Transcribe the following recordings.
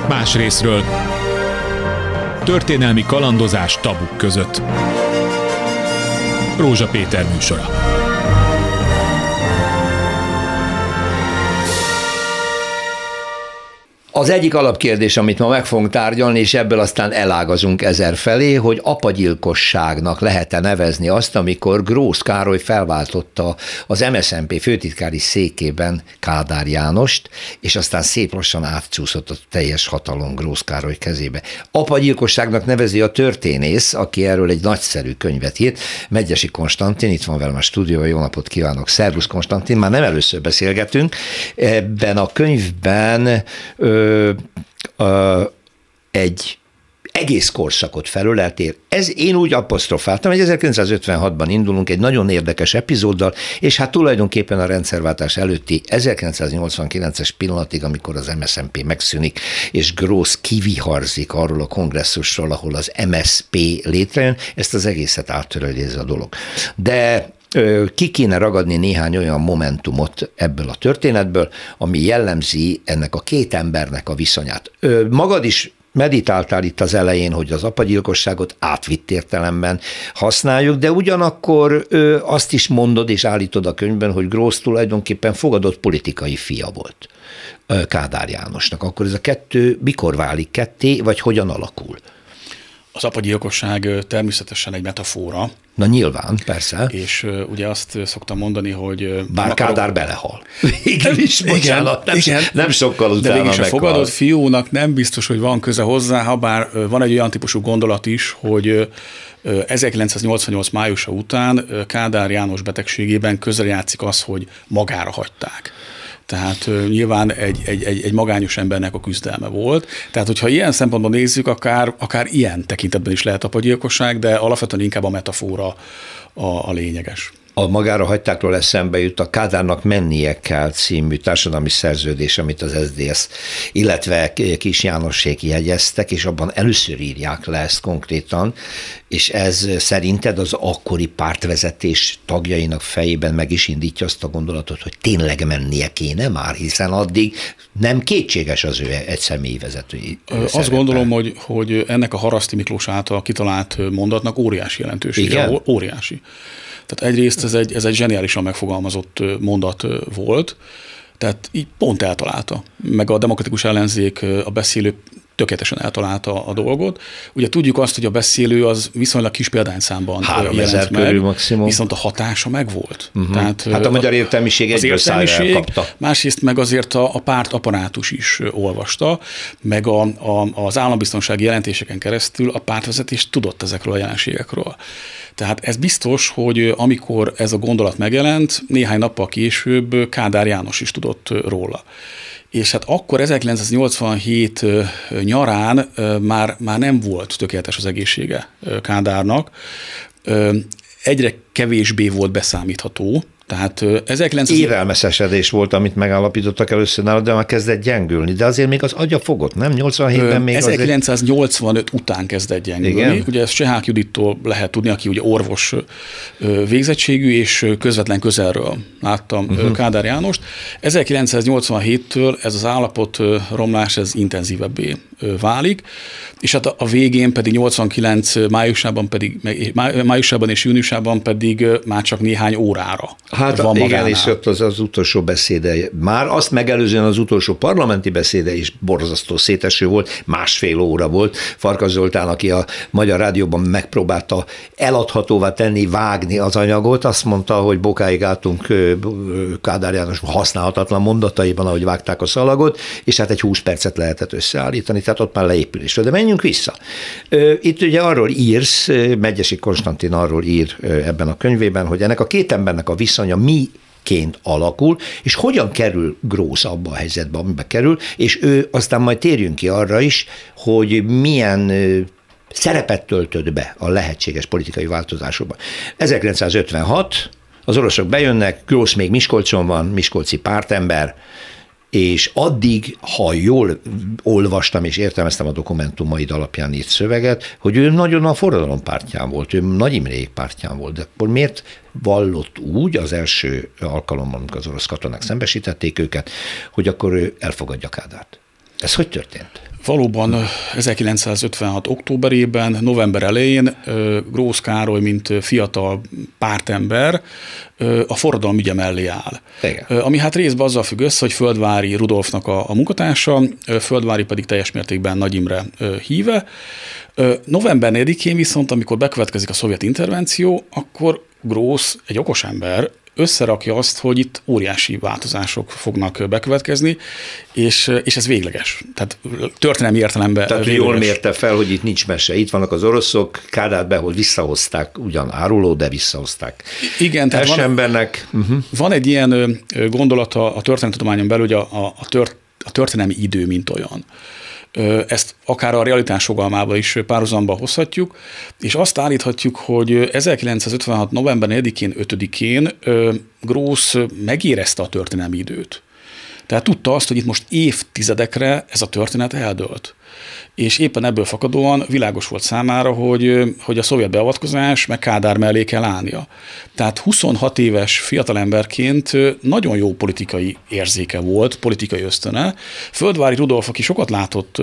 más részről. Történelmi kalandozás tabuk között. Rózsa Péter műsora. Az egyik alapkérdés, amit ma meg fogunk tárgyalni, és ebből aztán elágazunk ezerfelé, hogy apagyilkosságnak lehet-e nevezni azt, amikor Grósz Károly felváltotta az MSZNP főtitkári székében Kádár Jánost, és aztán szép lassan átcsúszott a teljes hatalom Grósz Károly kezébe. Apagyilkosságnak nevezi a történész, aki erről egy nagyszerű könyvet írt, Medgyessy Konstantin, itt van velem a stúdióban, jó napot kívánok, szervusz Konstantin, már nem először beszélgetünk. Ebben a könyvben egy egész korszakot felöleltél. Én úgy apostrofáltam, hogy 1956-ban indulunk egy nagyon érdekes epizóddal, és hát tulajdonképpen a rendszerváltás előtti 1989-es pillanatig, amikor az MSZNP megszűnik, és Grósz kiviharzik arról a kongresszusról, ahol az MSZP létrejön, ezt az egészet áttöröli ez a dolog. De ki kéne ragadni néhány olyan momentumot ebből a történetből, ami jellemzi ennek a két embernek a viszonyát. Magad is meditáltál itt az elején, hogy az apagyilkosságot átvitt értelemben használjuk, de ugyanakkor azt is mondod és állítod a könyvben, hogy Grósz tulajdonképpen fogadott politikai fia volt Kádár Jánosnak. Akkor ez a kettő mikor válik ketté, vagy hogyan alakul? Az apagyilkosság természetesen egy metafora. Na nyilván, persze. És ugye azt szoktam mondani, hogy... Bár Kádár belehal. Végül is, bocsánat, nem sokkal utána meghal. De végül is a fogadott fiúnak nem biztos, hogy van köze hozzá, habár van egy olyan típusú gondolat is, hogy 1988 májusa után Kádár János betegségében közrejátszik az, hogy magára hagyták. Tehát nyilván egy magányos embernek a küzdelme volt. Tehát, hogyha ilyen szempontból nézzük, akár ilyen tekintetben is lehet apagyilkosság, de alapvetően inkább a metafora a lényeges. A magára hagytákról eszembe jut a Kádárnak mennie kell című társadalmi szerződés, amit az SZDSZ, illetve Kis Jánosék jegyeztek, és abban először írják le ezt konkrétan, és ez szerinted az akkori pártvezetés tagjainak fejében meg is indítja azt a gondolatot, hogy tényleg mennie kéne már, hiszen addig nem kétséges az ő egy személyi vezetői szerepe. Azt gondolom, hogy ennek a Haraszti Miklós által kitalált mondatnak óriási jelentősége. Igen? Óriási. Tehát egyrészt ez egy zseniálisan megfogalmazott mondat volt, tehát így pont eltalálta, meg a demokratikus ellenzék, a beszélő tökéletesen eltalálta a dolgot. Ugye tudjuk azt, hogy a beszélő az viszonylag kis példányszámban 3000 körül maximum. Viszont a hatása megvolt. Tehát, hát a magyar értelmiség egyből szájra kapta. Másrészt meg azért a párt apparátus is olvasta, meg az állambiztonsági jelentéseken keresztül a pártvezetés tudott ezekről a jelenségekről. Tehát ez biztos, hogy amikor ez a gondolat megjelent, néhány nappal később Kádár János is tudott róla. És hát akkor 1987 nyarán már nem volt tökéletes az egészsége Kádárnak, egyre kevésbé volt beszámítható, tehát érelmeszesedés volt, amit megállapítottak először nála, de már kezdett gyengülni. De azért még az agya fogott, nem? 87-ben még 1985 után kezdett gyengülni. Igen? Ugye ezt Csehák Judittól lehet tudni, aki ugye orvos végzettségű, és közvetlen közelről láttam Kádár Jánost. 1987-től ez az állapot romlás, ez intenzívebbé válik, és hát a végén pedig 89 májusában és júniusában pedig már csak néhány órára. Hát van igen, és ott az utolsó beszéde, már azt megelőzően az utolsó parlamenti beszéde is borzasztó széteső volt, 1,5 óra volt. Farkas Zoltán, aki a Magyar Rádióban megpróbálta eladhatóvá tenni, vágni az anyagot, azt mondta, hogy bokáig álltunk Kádár János használhatatlan mondataiban, ahogy vágták a szalagot, és hát egy 20 percet lehetett összeállítani, tehát ott már leépülésről. De menjünk vissza. Itt ugye arról írsz, Medgyessy Konstantin arról ír ebben a könyvében, hogy ennek a két embernek a viszonya miként alakul, és hogyan kerül Grósz abba a helyzetbe, amiben kerül, és ő aztán majd térjünk ki arra is, hogy milyen szerepet töltött be a lehetséges politikai változásokban. 1956, az oroszok bejönnek, Grósz még Miskolcon van, miskolci pártember, és addig, ha jól olvastam és értelmeztem a dokumentumaid alapján írt szöveget, hogy ő nagyon a forradalom pártján volt, ő Nagy Imrék pártján volt, de akkor miért vallott úgy az első alkalommal, amikor az orosz katonák szembesítették őket, hogy akkor ő elfogadja Kádárt? Ez hogy történt? Valóban 1956. októberében, november elején Grósz Károly, mint fiatal pártember, a forradalom ügye mellé áll. Igen. Ami hát részben azzal függ össze, hogy Földváry Rudolfnak a munkatársa, Földváry pedig teljes mértékben Nagy Imre híve. November 4-én viszont, amikor bekövetkezik a szovjet intervenció, akkor Grósz, egy okos ember, összerakja azt, hogy itt óriási változások fognak bekövetkezni, és ez végleges. Tehát történelmi értelemben tehát végleges. Jól mérte fel, hogy itt nincs mese. Itt vannak az oroszok, Kádárt visszahozták, ugyan áruló, de visszahozták. Igen, tehát van egy ilyen gondolata a történettudományon belül, hogy a történelmi idő mint olyan. Ezt akár a realitás fogalmába is párhuzamba hozhatjuk, és azt állíthatjuk, hogy 1956. november 4-én, 5-én Grósz megérezte a történelmi időt. Tehát tudta azt, hogy itt most évtizedekre ez a történet eldőlt. És éppen ebből fakadóan világos volt számára, hogy a szovjet beavatkozás meg Kádár mellé kell állnia. Tehát 26 éves fiatalemberként nagyon jó politikai érzéke volt, politikai ösztöne. Földváry Rudolf, aki sokat látott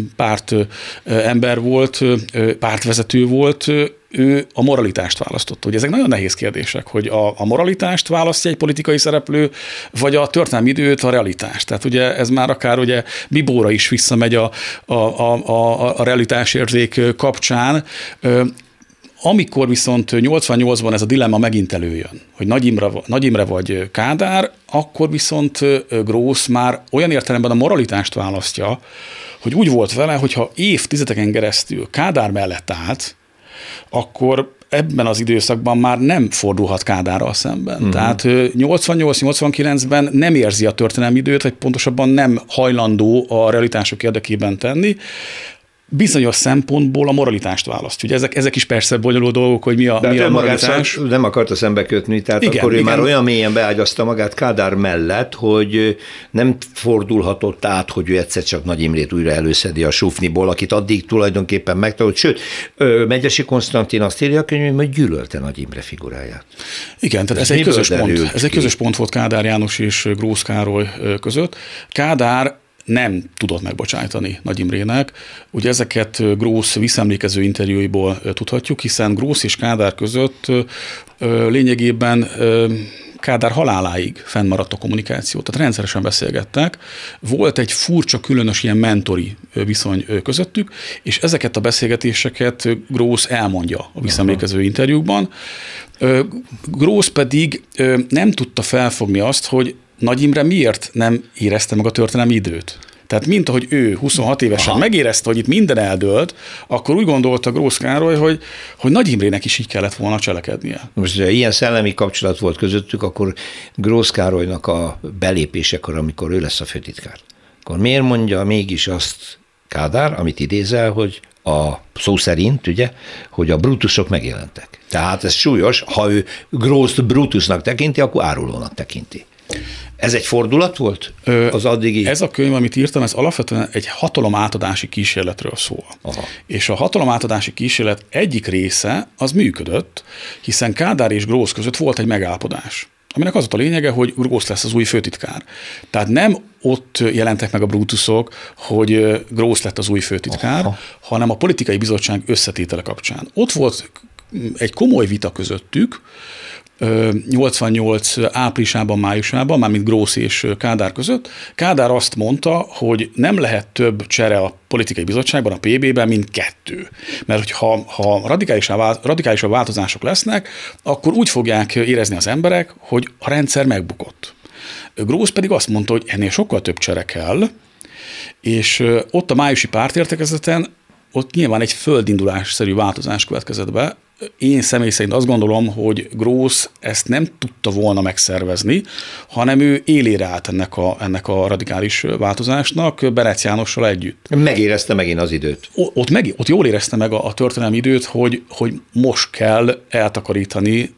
pártember volt, pártvezető volt, ő a moralitást választotta. Ugye ezek nagyon nehéz kérdések, hogy a moralitást választja egy politikai szereplő, vagy a történelmi időt, a realitást. Tehát ugye ez már akár ugye Bibóra is visszamegy a realitásérzék kapcsán. Amikor viszont 88-ban ez a dilemma megint előjön, hogy Nagy Imre vagy Kádár, akkor viszont Grósz már olyan értelemben a moralitást választja, hogy úgy volt vele, hogyha évtizedeken keresztül Kádár mellett állt, akkor ebben az időszakban már nem fordulhat Kádárral szemben. Tehát 88-89-ben nem érzi a történelmi időt, vagy pontosabban nem hajlandó a realitások érdekében tenni. Bizonyos szempontból a moralitást választja. Ugye ezek is persze bonyolult dolgok, hogy mi a moralitás. Nem akarta szembe kötni, tehát igen, akkor ő már olyan mélyen beágyazta magát Kádár mellett, hogy nem fordulhatott át, hogy ő egyszer csak Nagy Imrét újra előszedi a sufniból, akit addig tulajdonképpen megtanult. Sőt, Megyesi Konstantin azt írja a könyvben, hogy gyűlölte Nagy Imre figuráját. Igen, tehát ez egy közös pont. Ez egy közös pont volt Kádár János és Grósz Károly között. Kádár nem tudott megbocsájtani Nagy Imrének. Ugye ezeket Grósz visszaemlékező interjúiból tudhatjuk, hiszen Grósz és Kádár között lényegében Kádár haláláig fennmaradt a kommunikáció, tehát rendszeresen beszélgettek. Volt egy furcsa, különös ilyen mentori viszony közöttük, és ezeket a beszélgetéseket Grósz elmondja a visszaemlékező interjúkban. Grósz pedig nem tudta felfogni azt, hogy Nagy Imre miért nem érezte meg a történelmi időt. Tehát mint ahogy ő 26 évesen megérezte, hogy itt minden eldőlt, akkor úgy gondolta Grósz Károly, hogy Nagy Imrének is így kellett volna cselekednie. Most, ha ilyen szellemi kapcsolat volt közöttük, akkor Grósz Károlynak a belépésekor, amikor ő lesz a főtitkár, akkor miért mondja mégis azt Kádár, amit idézel, hogy a szó szerint, ugye, hogy a Brutusok megjelentek. Tehát ez súlyos, ha ő Grószt Brutusnak tekinti, akkor árulónak tekinti. Ez egy fordulat volt az addigi? Ez a könyv, amit írtam, ez alapvetően egy hatalomátadási kísérletről szól. Aha. És a hatalomátadási kísérlet egyik része az működött, hiszen Kádár és Grósz között volt egy megállapodás, aminek az volt a lényege, hogy Grósz lesz az új főtitkár. Tehát nem ott jelentek meg a Brutusok, hogy Grósz lett az új főtitkár, hanem a politikai bizottság összetétele kapcsán. Ott volt egy komoly vita közöttük, 88 áprilisában, májusában, mármint Grósz és Kádár között. Kádár azt mondta, hogy nem lehet több csere a politikai bizottságban, a PB-ben, mint 2. Mert ha radikálisabb változások lesznek, akkor úgy fogják érezni az emberek, hogy a rendszer megbukott. Grósz pedig azt mondta, hogy ennél sokkal több csere kell, és ott a májusi pártértekezleten ott nyilván egy földindulásszerű változás következett be. Én személy szerint azt gondolom, hogy Grósz ezt nem tudta volna megszervezni, hanem ő élére állt ennek a radikális változásnak, Berec Jánossal együtt. Megérezte megint az időt. Ott jól érezte meg a történelmi időt, hogy most kell eltakarítani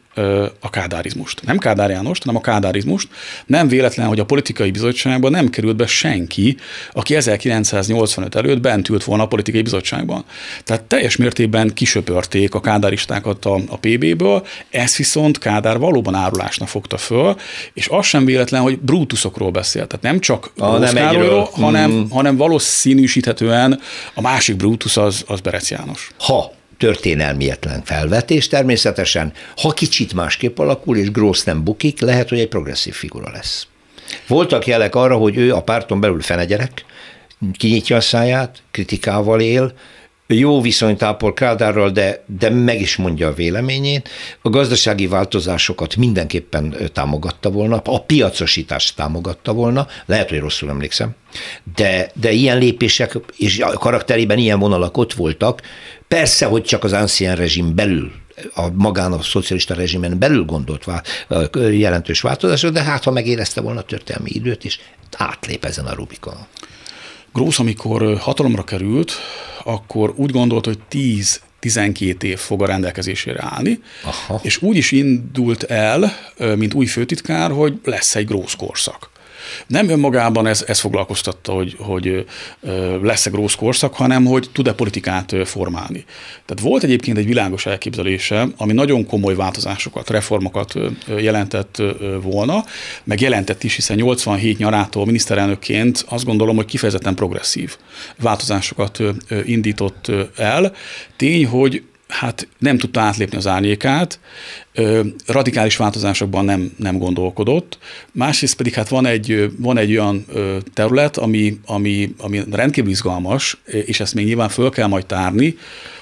a kádárizmust. Nem Kádár Jánost, hanem a kádárizmust. Nem véletlen, hogy a politikai bizottságban nem került be senki, aki 1985 előtt bent ült volna a politikai bizottságban. Tehát teljes mértékben kisöpörték a kádáristákat a PB-ből, ezt viszont Kádár valóban árulásnak fogta föl, és az sem véletlen, hogy Brutusokról beszélt. Tehát nem csak Grósz Károlyról, hanem valószínűsíthetően a másik Brutus az Berec János. Ha történelmietlen felvetés természetesen, ha kicsit másképp alakul, és Grósz nem bukik, lehet, hogy egy progresszív figura lesz. Voltak jelek arra, hogy ő a párton belül fenegyerek, kinyitja a száját, kritikával él, jó viszonyt ápol Kádárral, de meg is mondja a véleményét. A gazdasági változásokat mindenképpen támogatta volna, a piacosítást támogatta volna, lehet, hogy rosszul emlékszem, de ilyen lépések és a karakterében ilyen vonalak ott voltak. Persze, hogy csak az ancien rezsim belül, a szocialista rezsimen belül gondolt jelentős változásra, de hát ha megérezte volna a történelmi időt is, átlép ezen a Rubikonon. Grósz, amikor hatalomra került, akkor úgy gondolt, hogy 10-12 év fog a rendelkezésére állni, és úgy is indult el, mint új főtitkár, hogy lesz egy Grósz korszak. Nem önmagában ez foglalkoztatta, hogy lesz-e Grósz korszak, hanem hogy tud-e politikát formálni. Tehát volt egyébként egy világos elképzelése, ami nagyon komoly változásokat, reformokat jelentett volna, meg jelentett is, hiszen 87 nyarától miniszterelnökként azt gondolom, hogy kifejezetten progresszív változásokat indított el. Tény, hogy hát nem tudta átlépni az árnyékát, radikális változásokban nem gondolkodott. Másrészt pedig hát van egy olyan terület, ami rendkívül izgalmas, és ezt még nyilván föl kell majd tárni.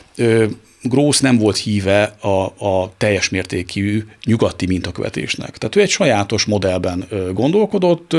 Grósz nem volt híve a teljes mértékű nyugati mintakövetésnek. Tehát ő egy sajátos modellben gondolkodott,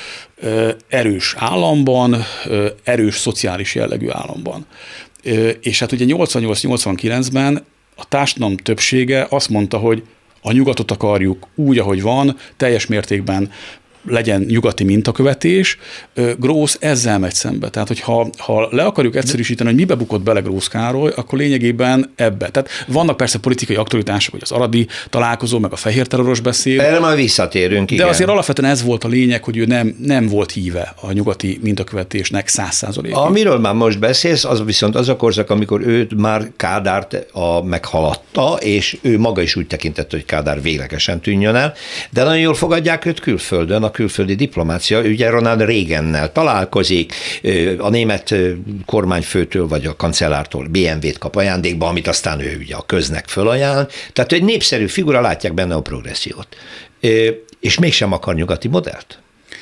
erős államban, erős szociális jellegű államban. És hát ugye 88-89-ben a társadalom többsége azt mondta, hogy a nyugatot akarjuk úgy, ahogy van, teljes mértékben legyen nyugati mintakövetés. Grósz ezzel megy szembe. Tehát, hogy ha le akarjuk egyszerűsíteni, hogy mibe bukott bele Grósz Károly, akkor lényegében ebbe. Tehát vannak persze politikai aktualitások, hogy az aradi találkozó, meg a fehér terroros beszéd. Erre már visszatérünk, igen. De azért alapvetően ez volt a lényeg, hogy ő nem volt híve a nyugati mintakövetésnek 100%-ig. Amiről már most beszélsz, az viszont az a korszak, amikor ő már Kádárt meghaladta, és ő maga is úgy tekintett, hogy Kádár véglegesen tűnjön el, de nagyon jól fogadják őt külföldön, a külföldi diplomácia, ugye Ronald Reagannel találkozik, a német kormányfőtől vagy a kancellártól BMW-t kap ajándékba, amit aztán ő ugye a köznek fölajánl. Tehát egy népszerű figura, látják benne a progressziót. És mégsem akar nyugati modellt?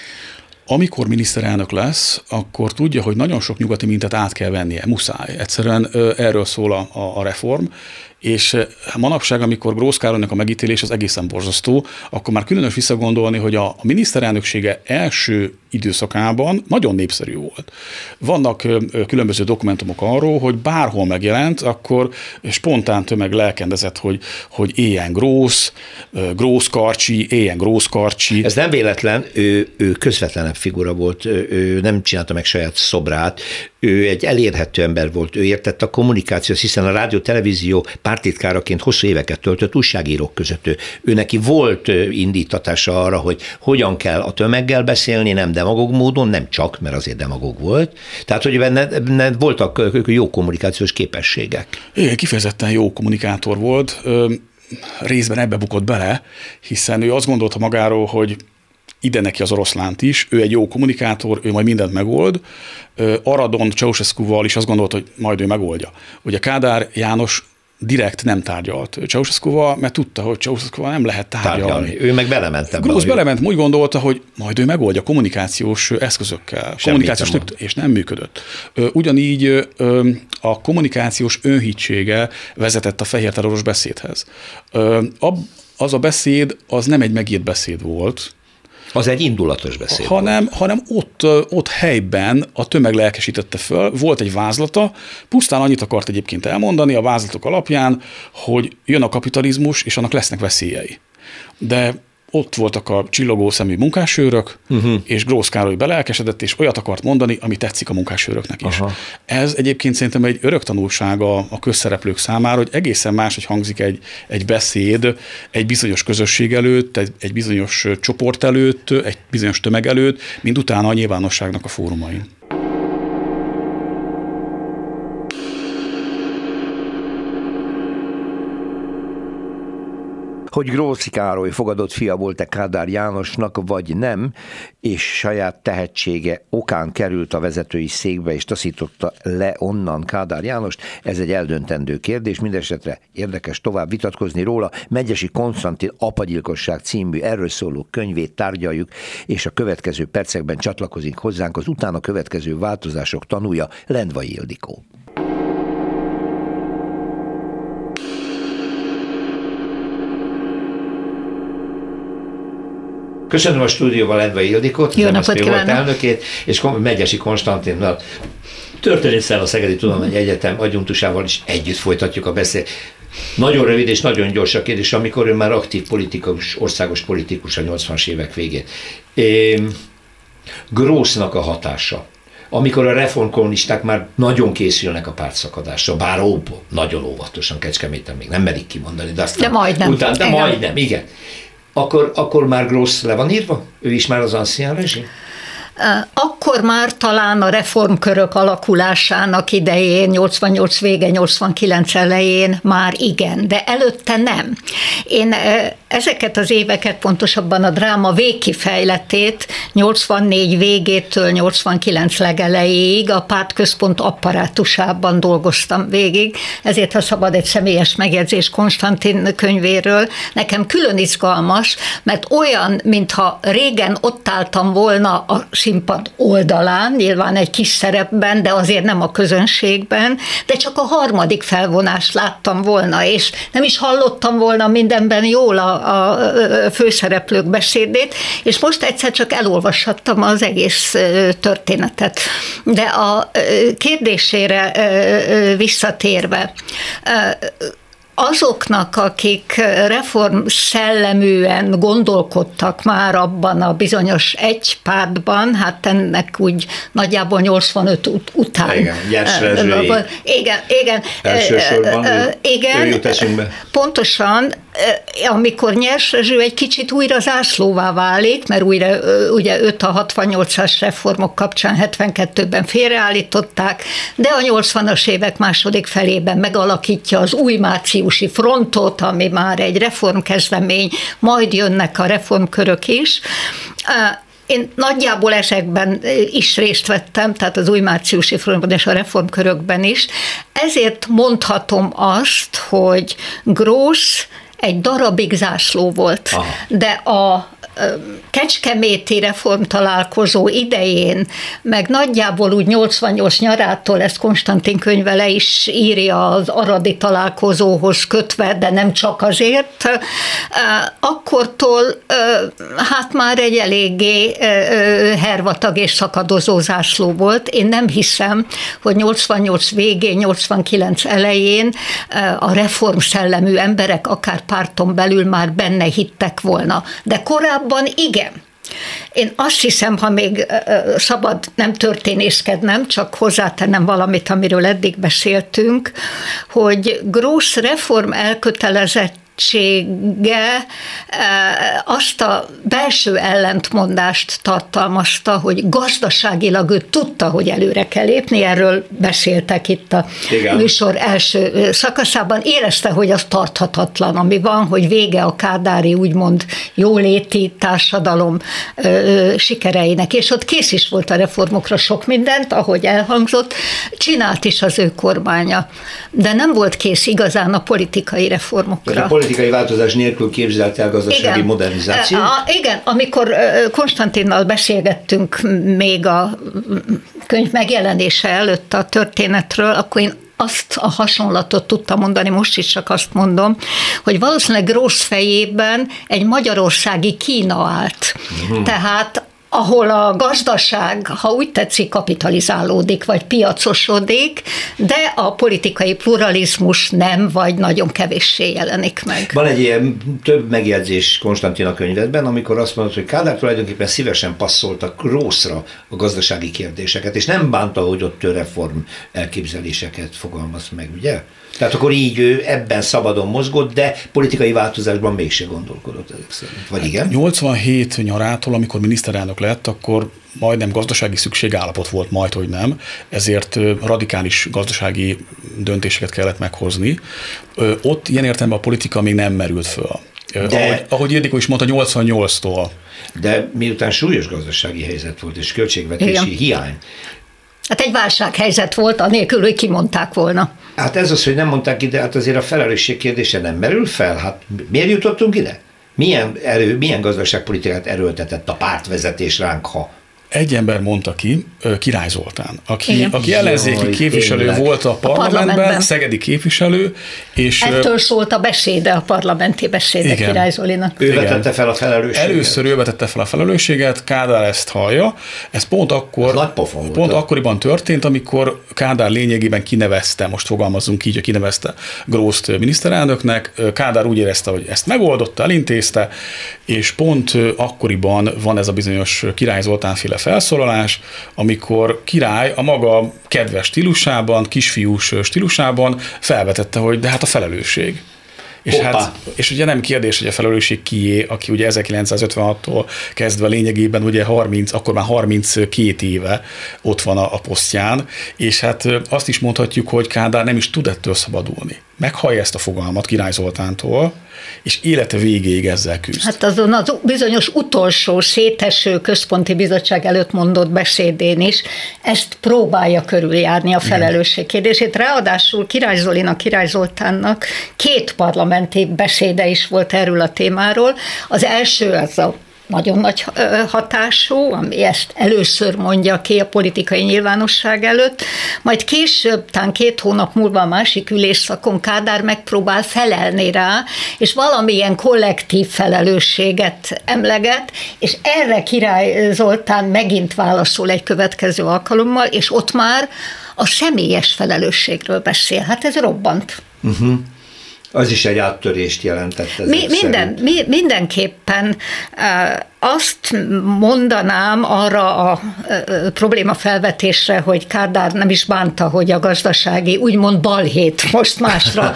Amikor miniszterelnök lesz, akkor tudja, hogy nagyon sok nyugati mintát át kell vennie, muszáj. Egyszerűen erről szól a reform, és manapság, amikor Grósz Károlynak a megítélés az egészen borzasztó, akkor már különös visszagondolni, hogy a miniszterelnöksége első időszakában nagyon népszerű volt. Vannak különböző dokumentumok arról, hogy bárhol megjelent, akkor spontán tömeg lelkendezett, hogy éljen Grósz, Grósz Karcsi, éljen Grósz Karcsi. Ez nem véletlen, ő közvetlenebb figura volt, ő nem csinálta meg saját szobrát, ő egy elérhető ember volt, ő értette a kommunikációt, hiszen a rádió-televízió pártitkáraként hosszú éveket töltött újságírók között. Ő neki volt indítatása arra, hogy hogyan kell a tömeggel beszélni, nem demagóg módon, nem csak, mert azért demagóg volt. Tehát, hogy benne voltak jó kommunikációs képességek. Igen, kifejezetten jó kommunikátor volt. Részben ebbe bukott bele, hiszen ő azt gondolta magáról, hogy ide neki az oroszlánt is, ő egy jó kommunikátor, ő majd mindent megold. Aradon Ceausescuval is azt gondolta, hogy majd ő megoldja. Ugye Kádár János direkt nem tárgyalt Ceausescuval, mert tudta, hogy Ceausescuval nem lehet tárgyalni. Ő meg belement ebbe. Grósz belement, úgy gondolta, hogy majd ő megoldja kommunikációs eszközökkel. És nem működött. Ugyanígy a kommunikációs önhitsége vezetett a fehér terroros beszédhez. Az a beszéd, az nem egy megírt beszéd volt, az egy indulatos beszéd hanem ott helyben a tömeg lelkesítette föl, volt egy vázlata, pusztán annyit akart egyébként elmondani a vázlatok alapján, hogy jön a kapitalizmus, és annak lesznek veszélyei. De ott voltak a csillogó szemű munkásőrök, és Grósz Károly belelkesedett, és olyat akart mondani, ami tetszik a munkásőröknek is. Aha. Ez egyébként szerintem egy örök tanulsága a közszereplők számára, hogy egészen más, hogy hangzik egy beszéd egy bizonyos közösség előtt, egy bizonyos csoport előtt, egy bizonyos tömeg előtt, mint utána a nyilvánosságnak a fórumain. Hogy Grósz Károly fogadott fia volt-e Kádár Jánosnak, vagy nem, és saját tehetsége okán került a vezetői székbe, és taszította le onnan Kádár Jánost, ez egy eldöntendő kérdés, mindesetre érdekes tovább vitatkozni róla. Megyesi Konstantin Apagyilkosság című erről szóló könyvét tárgyaljuk, és a következő percekben csatlakozik hozzánk az utána következő változások tanúja, Lendvai Ildikó. Köszönöm a stúdióban Lendvai Ildikót, jó napot kívánok, elnökét, és Megyesi Konstantinnal, történésszel a Szegedi Tudományi Egyetem adjunktusával is együtt folytatjuk a beszélt. Nagyon rövid és nagyon gyors a kérdés, amikor ő már aktív politikus, országos politikus a 80-as évek végén. Grósznak a hatása, amikor a reformkommunisták már nagyon készülnek a pártszakadásra, bár nagyon óvatosan, Kecskeméten még nem merik kimondani, de aztán majdnem, igen. Akkor már Grósz le van írva? Ő is már az ancien rezsim? Akkor már talán a reformkörök alakulásának idején, 88 vége, 89 elején már igen, de előtte nem. Én ezeket az éveket, pontosabban a dráma végkifejletét 84 végétől 89 legelejéig a pártközpont apparátusában dolgoztam végig, ezért ha szabad egy személyes megjegyzés Konstantin könyvéről, nekem külön izgalmas, mert olyan, mintha régen ott álltam volna a színpad oldalán, nyilván egy kis szerepben, de azért nem a közönségben, de csak a harmadik felvonást láttam volna, és nem is hallottam volna mindenben jól a főszereplők beszédét, és most egyszer csak elolvashattam az egész történetet. De a kérdésére visszatérve, azoknak, akik reform szelleműen gondolkodtak már abban a bizonyos egy pártban, hát ennek úgy nagyjából 85 után. Igen, Nyers Rezsői. Igen. Elsősorban ő jut eszünkbe. Pontosan, amikor Nyers Rezső egy kicsit újra zászlóvá válik, mert újra, ugye őt a 68-as reformok kapcsán 72-ben félreállították, de a 80-as évek második felében megalakítja az új márciusi frontot, ami már egy reformkezdemény, majd jönnek a reformkörök is. Én nagyjából ezekben is részt vettem, tehát az új márciusi frontban és a reformkörökben is. Ezért mondhatom azt, hogy Grósz egy darabig zászló volt, aha, de a kecskeméti reformtalálkozó idején, meg nagyjából úgy 88 nyarától, ezt Konstantin könyve le is írja az aradi találkozóhoz kötve, de nem csak azért, akkortól hát már egy eléggé hervatag és szakadozó zászló volt. Én nem hiszem, hogy 88 végén, 89 elején a reformszellemű emberek akár párton belül már benne hittek volna. De korábban igen. Én azt hiszem, ha még szabad nem történészkednem, csak hozzátennem valamit, amiről eddig beszéltünk, hogy Grósz reform elkötelezettsége azt a belső ellentmondást tartalmazta, hogy gazdaságilag ő tudta, hogy előre kell lépni, erről beszéltek itt a műsor első szakaszában, érezte, hogy az tarthatatlan, ami van, hogy vége a kádári úgymond jóléti társadalom sikereinek, és ott kész is volt a reformokra sok mindent, ahogy elhangzott, csinált is az ő kormánya, de nem volt kész igazán a politikai reformokra. A politikai változás nélkül képzelt el gazdasági modernizáció? Igen, amikor Konstantinnal beszélgettünk még a könyv megjelenése előtt a történetről, akkor én azt a hasonlatot tudtam mondani, most is csak azt mondom, hogy valószínűleg Grósz fejében egy magyarországi Kína állt. Tehát ahol a gazdaság, ha úgy tetszik, kapitalizálódik, vagy piacosodik, de a politikai pluralizmus nem, vagy nagyon kevéssé jelenik meg. Van egy ilyen több megjegyzés Konstantin a könyvedben, amikor azt mondod, hogy Kádár tulajdonképpen szívesen passzolta Grossra a gazdasági kérdéseket, és nem bánta, hogy ott reform elképzeléseket fogalmaz meg, ugye? Tehát akkor így ő ebben szabadon mozgott, de politikai változásban mégse gondolkodott ezek szerint. Vagy igen? 87 nyarától, amikor miniszterelnök lett, akkor majdnem gazdasági szükségállapot volt, majdhogy nem, ezért radikális gazdasági döntéseket kellett meghozni. Ott ilyen értelemben a politika még nem merült föl. Ahogy Ildikó is mondta, 88-tól. De miután súlyos gazdasági helyzet volt, és költségvetési hiány. Hát egy válsághelyzet volt, anélkül, hogy kimondták volna. Hát ez az, hogy nem mondták ide, hát azért a felelősség kérdése nem merül fel. Hát miért jutottunk ide? Milyen gazdaságpolitikát erőltetett a pártvezetés ránk, ha? Egy ember mondta ki, Király Zoltán, aki ellenzéki képviselő volt a parlamentben, szegedi képviselő, és ettől szólt a beszéde, a parlamenti beszéde Király Zolinak. Ő vetette fel a felelősséget. Először ő vetette fel a felelősséget, Kádár ezt hallja. Ez pont akkoriban történt, amikor Kádár lényegében kinevezte, most fogalmazzunk így, hogy kinevezte Grosst miniszterelnöknek. Kádár úgy érezte, hogy ezt megoldotta, elintézte, és pont akkoriban van ez a bizonyos Király Zoltán féle felszólalás, amikor Király a maga kedves stílusában, kisfiús stílusában felvetette, hogy de hát a felelősség. És ugye nem kérdés, hogy a felelősség kié, aki ugye 1956-tól kezdve lényegében ugye akkor már 32 éve ott van a posztján, és hát azt is mondhatjuk, hogy Kádár nem is tud ettől szabadulni. Meghallja ezt a fogalmat Király Zoltántól, és élete végéig ezzel küzd. Hát azon az bizonyos utolsó széteső központi bizottság előtt mondott beszédén is ezt próbálja körüljárni a felelősség kérdését. Ráadásul Király Zolinak, Király Zoltánnak 2 parlamenti beszéde is volt erről a témáról. Az első az a nagyon nagy hatású, ami ezt először mondja ki a politikai nyilvánosság előtt, majd később, talán 2 hónap múlva a másik ülésszakon Kádár megpróbál felelni rá, és valamilyen kollektív felelősséget emleget, és erre Király Zoltán megint válaszol egy következő alkalommal, és ott már a személyes felelősségről beszél. Hát ez robbant. Az is egy áttörést jelentett. Mindenképpen azt mondanám arra a probléma felvetésre, hogy Kádár nem is bánta, hogy a gazdasági úgymond balhét most másra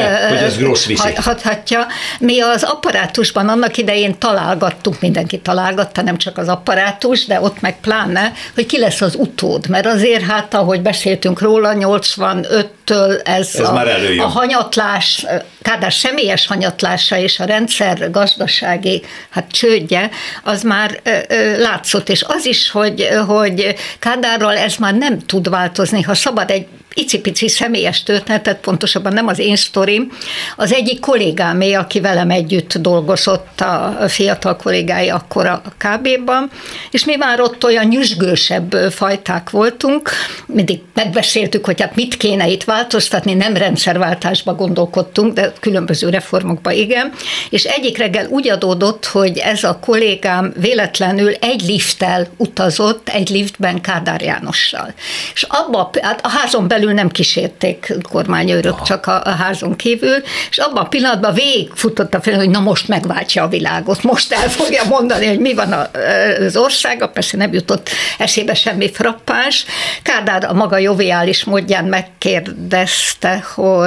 hathatja. Mi az apparátusban annak idején találgattuk, mindenki találgatta, nem csak az apparátus, de ott meg pláne, hogy ki lesz az utód, mert azért hát, ahogy beszéltünk róla, 85-től ez a hanyatlás, Kádár személyes hanyatlása és a rendszer gazdasági csődje, az már látszott, és az is, hogy Kádárral ez már nem tud változni, ha szabad egy icipici személyes történetet, pontosabban nem az én sztorim, az egyik kollégámé, aki velem együtt dolgozott, a fiatal kollégái akkor a KB-ban, és mi már ott olyan nyüzsgősebb fajták voltunk, mindig megbeszéltük, hogy hát mit kéne itt változtatni, nem rendszerváltásba gondolkodtunk, de különböző reformokba igen, és egyik reggel úgy adódott, hogy ez a kollégám véletlenül egy lifttel utazott, egy liftben Kádár Jánossal. És hát a házon belül nem kísérték kormányőrök, csak a házon kívül, és abban a pillanatban végigfutott a fel, hogy na most megváltja a világot, most el fogja mondani, hogy mi van az országa, persze nem jutott eszébe semmi frappáns. Kádár a maga joviális módján megkérdezte,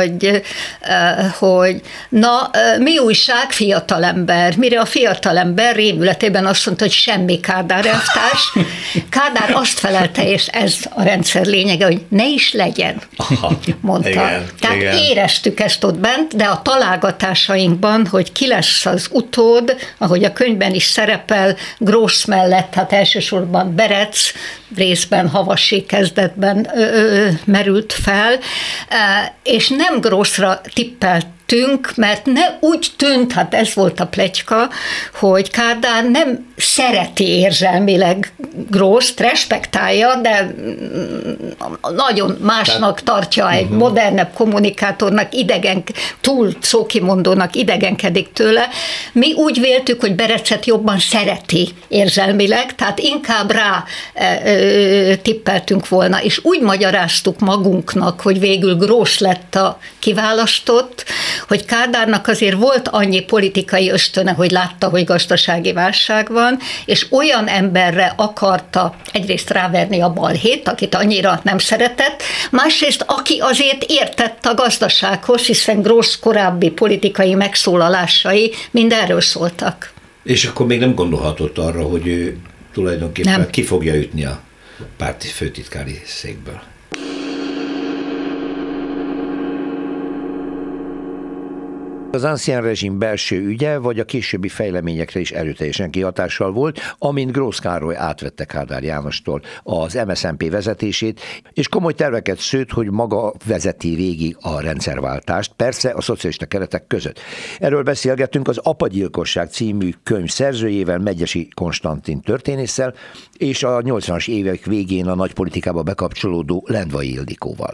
hogy na, mi újság, fiatalember? Mire a fiatalember rémületében azt mondta, hogy semmi, Kádár elvtárs. Kádár azt felelte, és ez a rendszer lényege, hogy ne is legyen, mondta. Igen, tehát igen. Éreztük ezt ott bent, de a találgatásainkban, hogy ki lesz az utód, ahogy a könyvben is szerepel, Gross mellett, hát elsősorban Berec, részben Havasi kezdetben merült fel, és nem Grossra tippeltünk féltünk, mert úgy tűnt, hát ez volt a pletyka, hogy Kádár nem szereti érzelmileg Gross-t, respektálja, de nagyon másnak tartja egy modernebb kommunikátornak, túl szókimondónak idegenkedik tőle. Mi úgy véltük, hogy Berecet jobban szereti érzelmileg, tehát inkább rá tippeltünk volna, és úgy magyaráztuk magunknak, hogy végül Gross lett a kiválasztott, hogy Kádárnak azért volt annyi politikai ösztöne, hogy látta, hogy gazdasági válság van, és olyan emberre akarta egyrészt ráverni a balhét, akit annyira nem szeretett, másrészt aki azért értett a gazdasághoz, hiszen Gross korábbi politikai megszólalásai mind erről szóltak. És akkor még nem gondolhatott arra, hogy ő tulajdonképpen ki fogja ütni a párti főtitkári székből. Az ancien rezsim belső ügye vagy a későbbi fejleményekre is erőteljesen kihatással volt, amint Grósz Károly átvette Kádár Jánostól az MSZNP vezetését, és komoly terveket szőtt, hogy maga vezeti végig a rendszerváltást, persze a szocialista keretek között. Erről beszélgettünk az Apagyilkosság című könyv szerzőjével, Megyesi Konstantin történésszel, és a 80-as évek végén a nagypolitikába bekapcsolódó Lendvai Ildikóval.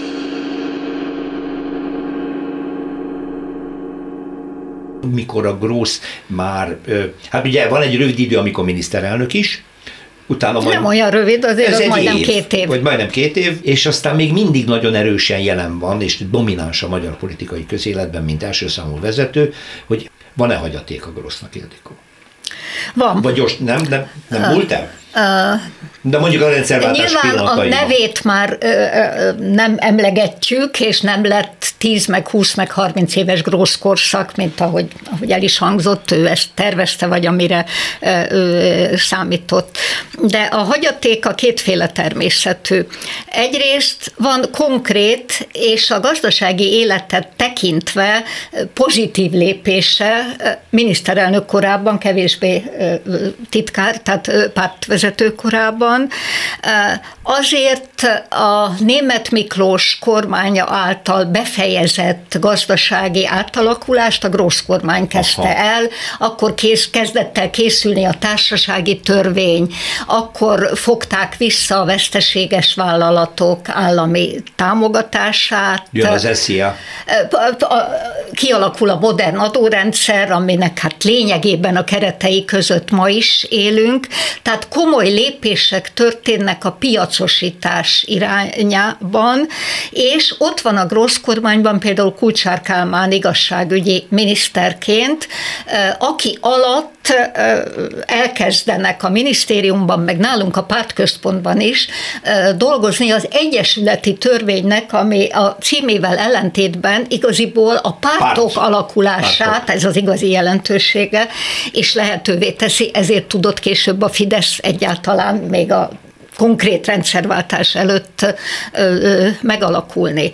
Mikor a Gross már, hát ugye van egy rövid idő, amikor miniszterelnök is, utána nem olyan rövid, azért az majdnem 2 év. Vagy majdnem 2 év, és aztán még mindig nagyon erősen jelen van, és domináns a magyar politikai közéletben, mint első számú vezető, hogy van-e hagyaték a Grossnak, Ildikó? Van. Vagy gyors, nem múlt el? De mondjuk a rendszerváltás pillanataiban. Nyilván a nevét már nem emlegetjük, és nem lett 10, meg 20, meg 30 éves Gross korszak, mint ahogy el is hangzott, ő ezt tervezte, vagy amire számított. De a hagyaték a kétféle természetű. Egyrészt van konkrét, és a gazdasági életet tekintve pozitív lépése miniszterelnök korában, kevésbé titkár, tehát pártvezető korában. Azért a Németh Miklós kormánya által befejezett gazdasági átalakulást a Gross kormány kezdte el, akkor kezdett el készülni a társasági törvény, akkor fogták vissza a veszteséges vállalatok állami támogatását. Jön az SZIA. Kialakul a modern adórendszer, aminek hát lényegében a keretei között ma is élünk, tehát komoly lépések történnek a piacosítás irányában, és ott van a Gross kormányban például Kulcsár Kálmán igazságügyi miniszterként, aki alatt elkezdenek a minisztériumban, meg nálunk a pártközpontban is dolgozni az egyesületi törvénynek, ami a címével ellentétben igaziból a pártok alakulását, ez az igazi jelentősége, és lehetővé teszi, ezért tudott később a Fidesz egyáltalán még a konkrét rendszerváltás előtt megalakulni.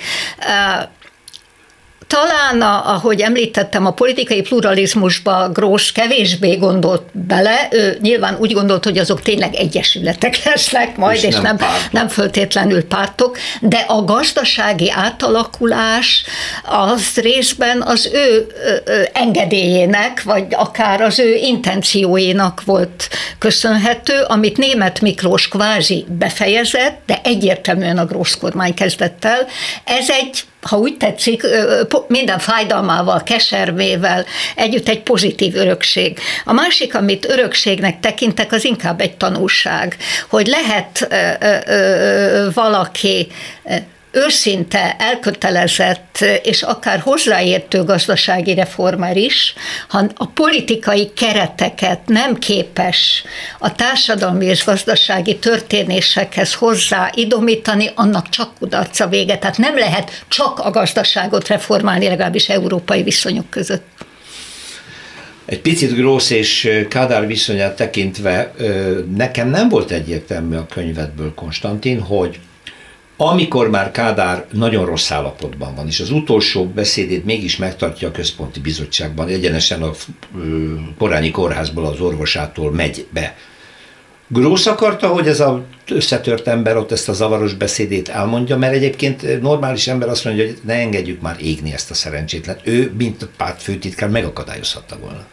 Talán, ahogy említettem, a politikai pluralizmusba Gross kevésbé gondolt bele, ő nyilván úgy gondolt, hogy azok tényleg egyesületek lesznek majd, és nem föltétlenül pártok, de a gazdasági átalakulás az részben az ő engedélyének, vagy akár az ő intencióinak volt köszönhető, amit Németh Miklós kvázi befejezett, de egyértelműen a Gross kormány kezdett el. Ez egy, ha úgy tetszik, minden fájdalmával, keservével együtt egy pozitív örökség. A másik, amit örökségnek tekintek, az inkább egy tanulság, hogy lehet valaki őszinte, elkötelezett és akár hozzáértő gazdasági reformer is, ha a politikai kereteket nem képes a társadalmi és gazdasági történésekhez hozzáidomítani, annak csak kudarca vége. Tehát nem lehet csak a gazdaságot reformálni, legalábbis európai viszonyok között. Egy picit Gross és Kádár viszonyát tekintve nekem nem volt egyértelmű a könyvedből, Konstantin, hogy amikor már Kádár nagyon rossz állapotban van, és az utolsó beszédét mégis megtartja a Központi Bizottságban, egyenesen a Korányi Kórházból az orvosától megy be Grósz akarta, hogy ez az összetört ember ott ezt a zavaros beszédét elmondja, mert egyébként normális ember azt mondja, hogy ne engedjük már égni ezt a szerencsétlen. Ő, mint a párt főtitkár, megakadályozhatta volna.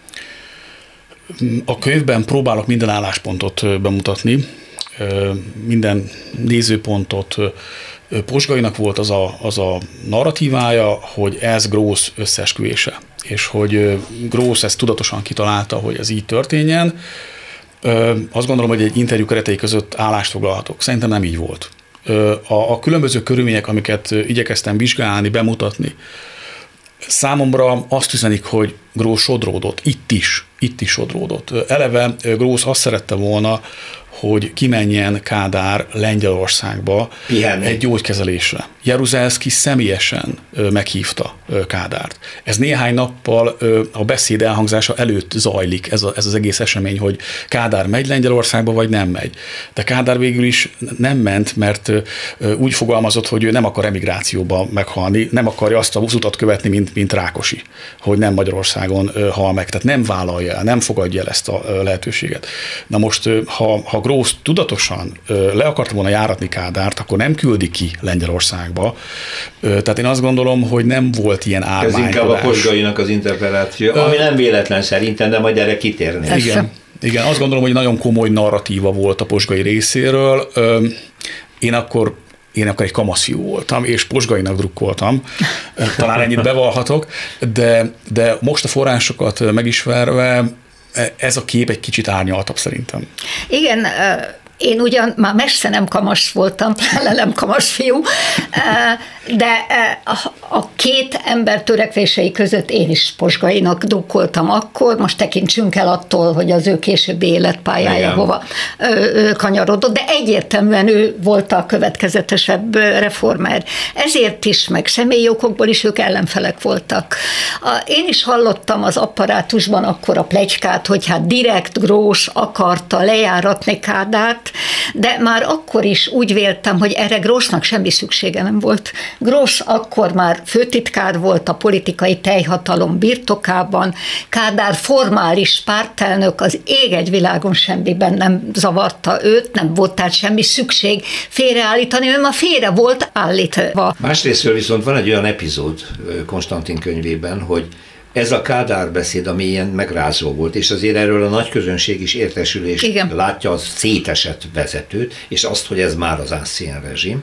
A könyvben próbálok minden álláspontot bemutatni, minden nézőpontot. Pozsgainak volt az a narratívája, hogy ez Grósz összeesküvése, és hogy Grósz ezt tudatosan kitalálta, hogy ez így történjen. Azt gondolom, hogy egy interjú keretei között állást foglalhatok. Szerintem nem így volt. A különböző körülmények, amiket igyekeztem vizsgálni, bemutatni, számomra azt üzenik, hogy Grósz sodródott, itt is sodródott. Eleve Grósz azt szerette volna, hogy kimenjen Kádár Lengyelországba egy gyógykezelésre. Jaruzelszky személyesen meghívta Kádárt. Ez néhány nappal a beszéd elhangzása előtt zajlik, ez az egész esemény, hogy Kádár megy Lengyelországba, vagy nem megy. De Kádár végül is nem ment, mert úgy fogalmazott, hogy ő nem akar emigrációba meghalni, nem akarja azt az utat követni, mint Rákosi, hogy nem Magyarországon hal meg. Tehát nem vállalja el, nem fogadja el ezt a lehetőséget. Na most, ha Grósz tudatosan le akarta volna járatni Kádárt, akkor nem küldi ki Lengyelországba. Tehát én azt gondolom, hogy nem volt ilyen ármánykodás. Ez inkább a Pozsgainak az interpretáció, ami nem véletlen szerintem, de majd erre kitérni. Igen, azt gondolom, hogy nagyon komoly narratíva volt a Pozsgai részéről. Én akkor egy kamaszfiú voltam, és Pozsgainak drukkoltam. Talán ennyit bevallhatok, de most a forrásokat megismerve ez a kép egy kicsit árnyaltabb szerintem. Igen, én ugyan már messze nem kamas voltam, pláne nem kamas fiú, de a két ember törekvései között én is Pozsgainak drukkoltam akkor, most tekintsünk el attól, hogy az ő későbbi életpályája hova kanyarodott, de egyértelműen ő volt a következetesebb reformer. Ezért is, meg személyi okokból is ők ellenfelek voltak. Én is hallottam az apparátusban akkor a pletykát, hogy hát direkt Grósz akarta lejáratni Kádárt, de már akkor is úgy véltem, hogy erre Grósznak semmi szüksége nem volt. Grósz akkor már főtitkár volt a politikai teljhatalom birtokában, Kádár formális pártelnök, az ég egy világon semmiben nem zavarta őt, nem volt tehát semmi szükség félreállítani, ő már félre volt állítva. Másrésztről viszont van egy olyan epizód Konstantin könyvében, hogy ez a Kádár beszéd, ami ilyen megrázó volt, és azért erről a nagy közönség is értesülést látja az szétesett vezetőt, és azt, hogy ez már az ancien rezsim,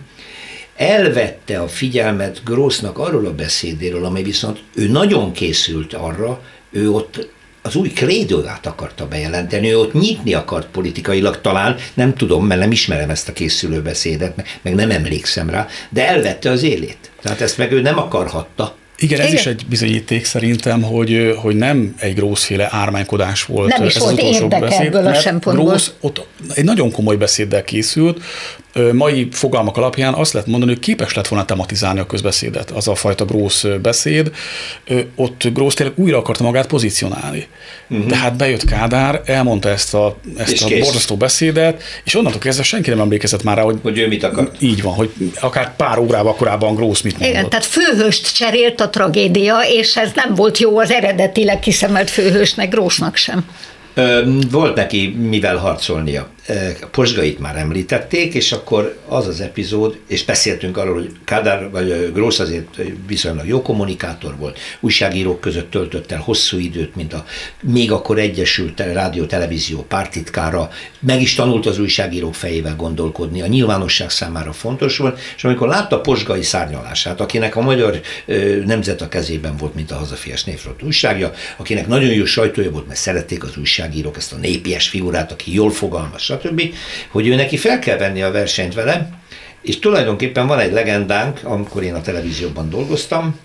elvette a figyelmet Grósznak arról a beszédéről, amely viszont ő nagyon készült arra, ő ott az új krédóját akarta bejelenteni, ő ott nyitni akart politikailag, talán, nem tudom, mert nem ismerem ezt a készülő beszédet, meg nem emlékszem rá, de elvette az élét. Tehát ezt meg ő nem akarhatta. Igen, ez is egy bizonyíték szerintem, hogy nem egy Grószféle ármánykodás volt. Nem is ez volt az utolsó érdeke ebből a szempontból. Grósz ott egy nagyon komoly beszéddel készült, mai fogalmak alapján azt lehet mondani, hogy képes lett volna tematizálni a közbeszédet, az a fajta Grósz beszéd. Ott Grósz tényleg újra akarta magát pozícionálni. Tehát bejött Kádár, elmondta ezt a borzasztó beszédet, és onnantól kezdve senki nem emlékezett már rá, hogy ő mit akart. Így van, hogy akár pár órával korábban Grósz mit mondott. Igen, tehát főhőst cserélt a tragédia, és ez nem volt jó az eredetileg kiszemelt főhősnek, Grósznak sem. Volt neki mivel harcolnia. Pozsgait már említették, és akkor az az epizód, és beszéltünk arról, hogy Kádár vagy Grósz azért viszonylag jó kommunikátor volt, újságírók között töltött el hosszú időt, mint a még akkor Egyesült Rádió-Televízió párttitkára, meg is tanult az újságírók fejével gondolkodni, a nyilvánosság számára fontos volt, és amikor látta Pozsgai szárnyalását, akinek a Magyar Nemzet a kezében volt, mint a Hazafias Névfront újságja, akinek nagyon jó sajtója volt, mert szerették az újságírók ezt a népies figurát, aki jól fogalmaz, stb., hogy ő neki fel kell venni a versenyt vele, és tulajdonképpen van egy legendánk, amikor én a televízióban dolgoztam,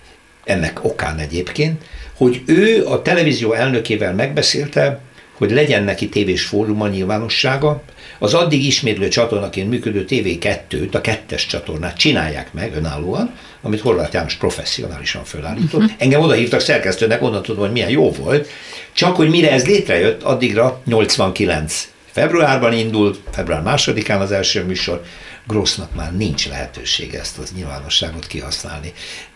ennek okán egyébként, hogy ő a televízió elnökével megbeszélte, hogy legyen neki tévés fóruma, nyilvánossága, az addig ismétlő csatornaként működő TV2-t, a 2-es csatornát csinálják meg önállóan, amit Horváth János professzionálisan fölállított. Engem oda hívtak szerkesztőnek, onnan tudom, hogy milyen jó volt, csak hogy mire ez létrejött, addigra 89 februárban indult, február 2-án az első műsor, Grósznak már nincs lehetősége ezt a nyilvánosságot kihasználni.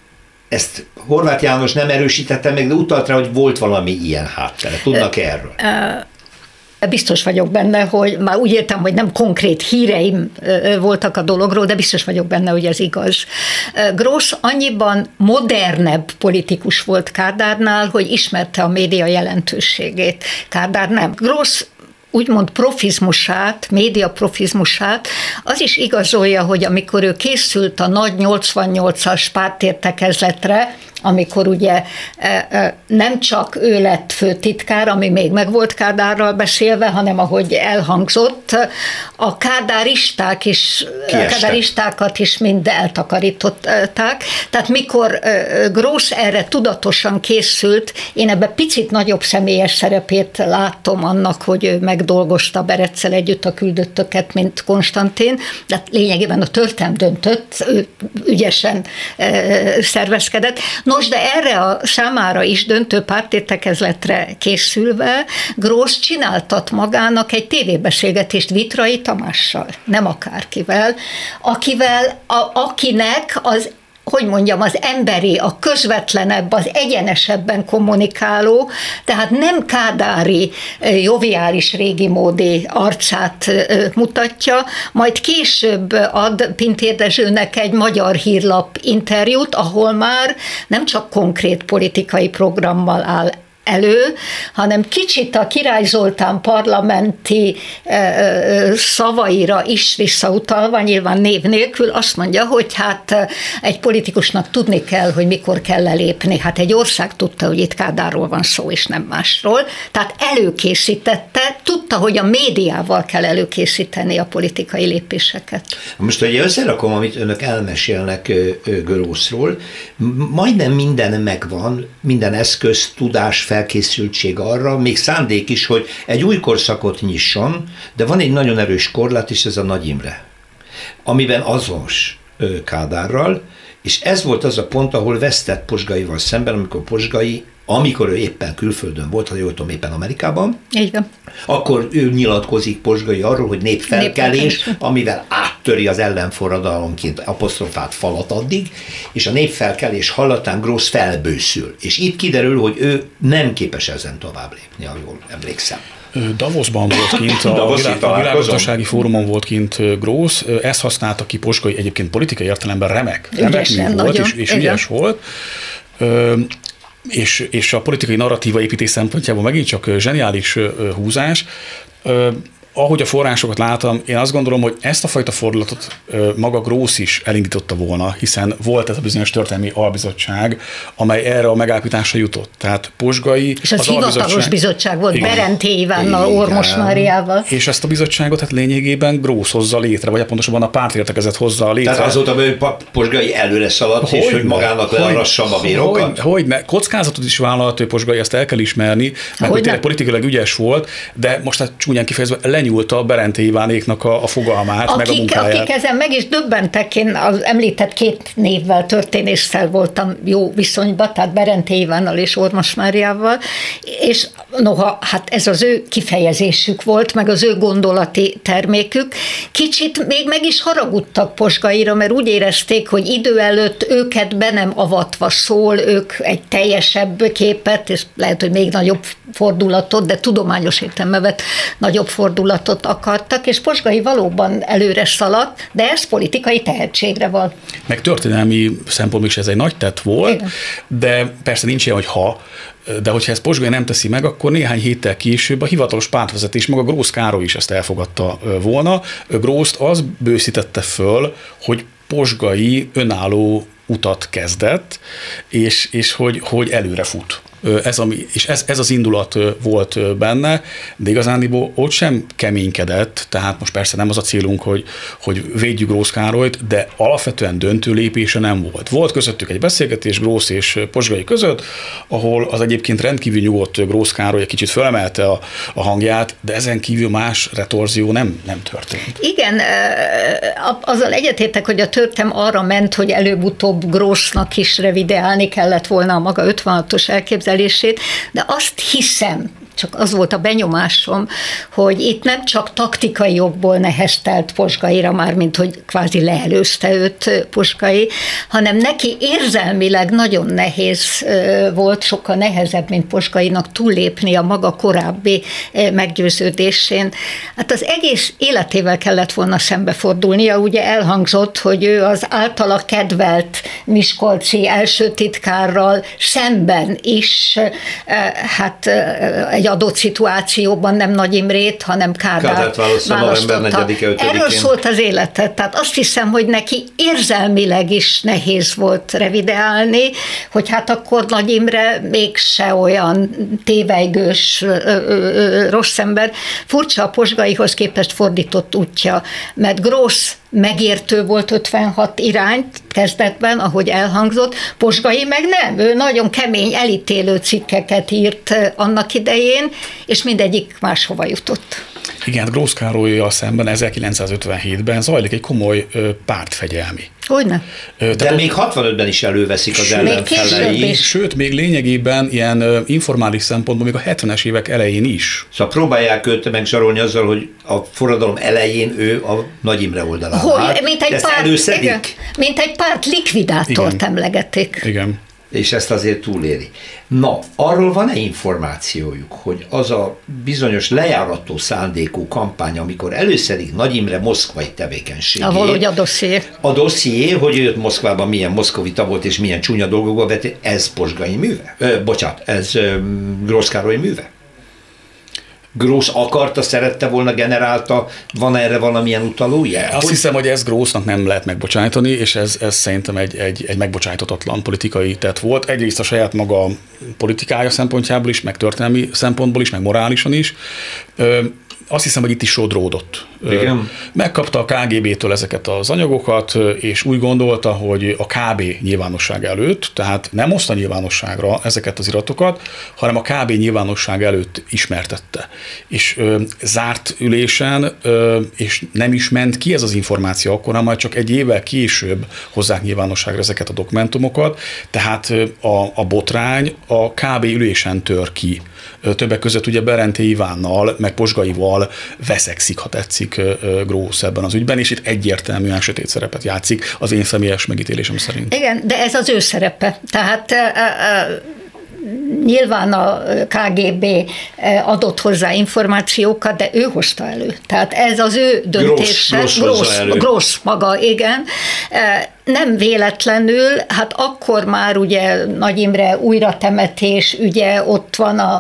Ezt Horváth János nem erősítette meg, de utalt rá, hogy volt valami ilyen háttere. Tudnak erről? biztos vagyok benne, hogy már úgy értem, hogy nem konkrét híreim voltak a dologról, de biztos vagyok benne, hogy ez igaz. Gross annyiban modernebb politikus volt Kádárnál, hogy ismerte a média jelentőségét. Kádár nem. Gross úgymond profizmusát, média profizmusát, az is igazolja, hogy amikor ő készült a nagy 88-as pártértekezletre, amikor ugye nem csak ő lett főtitkár, ami még meg volt Kádárral beszélve, hanem ahogy elhangzott, a kádáristákat is mind eltakarították. Tehát mikor Gross erre tudatosan készült, én ebben picit nagyobb személyes szerepét látom annak, hogy ő megdolgozta Bereccel együtt a küldöttöket, mint Konstantin, de lényegében a történelem döntött, ő ügyesen szervezkedett. Nos, de erre a számára is döntő pártértekezletre készülve Gross csináltat magának egy tévébeszélgetést Vitrai Tamással, nem akárkivel, akinek az az emberi, a közvetlenebb, az egyenesebben kommunikáló, tehát nem kádári, joviális, régi módi arcát mutatja, majd később ad Pintér Dezsőnek egy Magyar Hírlap interjút, ahol már nem csak konkrét politikai programmal áll elő, hanem kicsit a Király Zoltán parlamenti szavaira is visszautalva, nyilván név nélkül, azt mondja, hogy hát egy politikusnak tudni kell, hogy mikor kell lelépni. Hát egy ország tudta, hogy itt Kádárról van szó, és nem másról. Tehát előkészítette, tudta, hogy a médiával kell előkészíteni a politikai lépéseket. Most, hogy összerakom, amit önök elmesélnek Grossról, majdnem minden megvan, minden eszköz, tudás, felkészültség arra, még szándék is, hogy egy új korszakot nyisson, de van egy nagyon erős korlát, és ez a Nagy Imre, amiben azonos Kádárral, és ez volt az a pont, ahol vesztett Pozsgaival szemben, amikor ő éppen külföldön volt, ha jól tudom, éppen Amerikában. Igen. Akkor ő nyilatkozik Pozsgai arról, hogy népfelkelés, amivel áttöri az ellenforradalomként apostrofált falat addig, és a népfelkelés hallatán Gross felbőszül. És itt kiderül, hogy ő nem képes ezen tovább lépni, ha jól emlékszem. Davosban volt kint, a világgazdasági fórumon volt kint Gross, ezt használta ki Pozsgai, egyébként politikai értelemben remek mű volt, és ügyes volt. És a politikai narratíva építés szempontjából megint csak zseniális húzás. Ahogy a forrásokat látom, én azt gondolom, hogy ezt a fajta fordulatot maga Gross is elindította volna, hiszen volt ez a bizonyos történelmi albizottság, amely erre a megállapításra jutott. Tehát Pozsgai... És az hivatalos bizottság volt, Berenté Ivánnal, Ormos Máriával. És ezt a bizottságot hát lényegében Gross hozza létre, vagy pontosabban a pártértekezet hozza létre. Tehát azóta, hogy Pozsgai előre szaladt, és hogy magának learassam a vérokat? Hogyne. Kockázatot is vállalt ő Pozsgai, ezt el kell ismerni, mert hogy tényleg politikailag ügyes volt, de most hát csúnyán kifejezve lenyúlta Berenté Ivánéknak a fogalmát, meg a munkáját. Akik ezen meg is döbbentek, én az említett két névvel, történésszel voltam jó viszonyban, tehát Berenté Ivánnal és Ormos Máriával, és noha hát ez az ő kifejezésük volt, meg az ő gondolati termékük, kicsit még meg is haragudtak Pozsgaira, mert úgy érezték, hogy idő előtt őket be nem avatva szól, ők egy teljesebb képet, és lehet, hogy még nagyobb fordulatot, de tudományos értelemben vett nagyobb fordulatot akartak, és Pozsgai valóban előre szaladt, de ez politikai tehetségre van. Meg történelmi szempontból is ez egy nagy tett volt, igen. De persze nincs ilyen, hogy de hogyha ezt Pozsgai nem teszi meg, akkor néhány héttel később a hivatalos pártvezetés, maga Grósz Károly is ezt elfogadta volna. Grószt az bőszítette föl, hogy Pozsgai önálló utat kezdett, és hogy előre fut. Ez az indulat volt benne, de igazándiból ott sem keménykedett, tehát most persze nem az a célunk, hogy védjük Grósz Károlyt, de alapvetően döntő lépése nem volt. Volt közöttük egy beszélgetés Grósz és Pozsgai között, ahol az egyébként rendkívül nyugodt Grósz Károly egy kicsit felemelte a hangját, de ezen kívül más retorzió nem történt. Igen, azzal egyetértek, hogy a történelem arra ment, hogy előbb-utóbb Grósznak is revideálni kellett volna a maga 56-os elképzelését, de azt hiszem, csak az volt a benyomásom, hogy itt nem csak taktikai okból neheztelt Pozsgaira, már mint hogy kvázi leelőzte őt Pozsgai, hanem neki érzelmileg nagyon nehéz volt, sokkal nehezebb, mint Pozsgainak túllépni a maga korábbi meggyőződésén. Hát az egész életével kellett volna szembefordulnia, ugye elhangzott, hogy ő az általa kedvelt miskolci első titkárral szemben is, hát egy adott szituációban nem Nagy Imrét, hanem Kádárt választotta. Erről szólt az életet, tehát azt hiszem, hogy neki érzelmileg is nehéz volt revideálni, hogy hát akkor Nagy Imre mégse olyan tévejgős, rossz ember. Furcsa a Pozsgaihoz képest fordított útja, mert Grósz megértő volt 56 irányt kezdetben, ahogy elhangzott, Pozsgai meg nem. Ő nagyon kemény, elítélő cikkeket írt annak idején, és mindegyik máshova jutott. Igen, Grósz Károllyal szemben 1957-ben zajlik egy komoly pártfegyelmi. Hogyne? De még 65-ben is előveszik az ellenfelei. Sőt, még lényegében ilyen informális szempontból még a 70-es évek elején is. Szóval próbálják őt megzsarolni azzal, hogy a forradalom elején ő a Nagy Imre oldalán áll. Mint egy párt likvidátort emlegették. Igen. És ezt azért túléri. Na, arról van-e információjuk, hogy az a bizonyos lejárató szándékú kampány, amikor előszedik Nagy Imre moszkvai tevékenységét. Valahogy a dosszié. A dosszié, hogy őt Moszkvában milyen moszkovita volt, és milyen csúnya dolgokba vett, ez Pozsgai műve? Ez Grósz Károly műve? Grósz akarta, szerette volna, generálta, van erre valamilyen utalója? Azt hiszem, hogy ezt Grósznak nem lehet megbocsájtani, és ez szerintem egy megbocsájthatatlan politikai tett volt. Egyrészt a saját maga politikája szempontjából is, meg történelmi szempontból is, meg morálisan is. Azt hiszem, hogy itt is sodródott. Igen. Megkapta a KGB-től ezeket az anyagokat, és úgy gondolta, hogy a KB nyilvánosság előtt, tehát nem hozta nyilvánosságra ezeket az iratokat, hanem a KB nyilvánosság előtt ismertette. És zárt ülésen, és nem is ment ki ez az információ akkor, hanem majd csak egy évvel később hozzák nyilvánosságra ezeket a dokumentumokat, tehát a botrány a KB ülésen tör ki. Többek között ugye Berenté Ivánnal, meg Pozsgaival veszekszik, ha tetszik, Grósz ebben az ügyben, és itt egyértelműen sötét szerepet játszik az én személyes megítélésem szerint. Igen, de ez az ő szerepe. Tehát nyilván a KGB adott hozzá információkat, de ő hozta elő. Tehát ez az ő döntése. Grósz maga, igen. Nem véletlenül, hát akkor már ugye Nagy Imre újratemetés ügye ott van a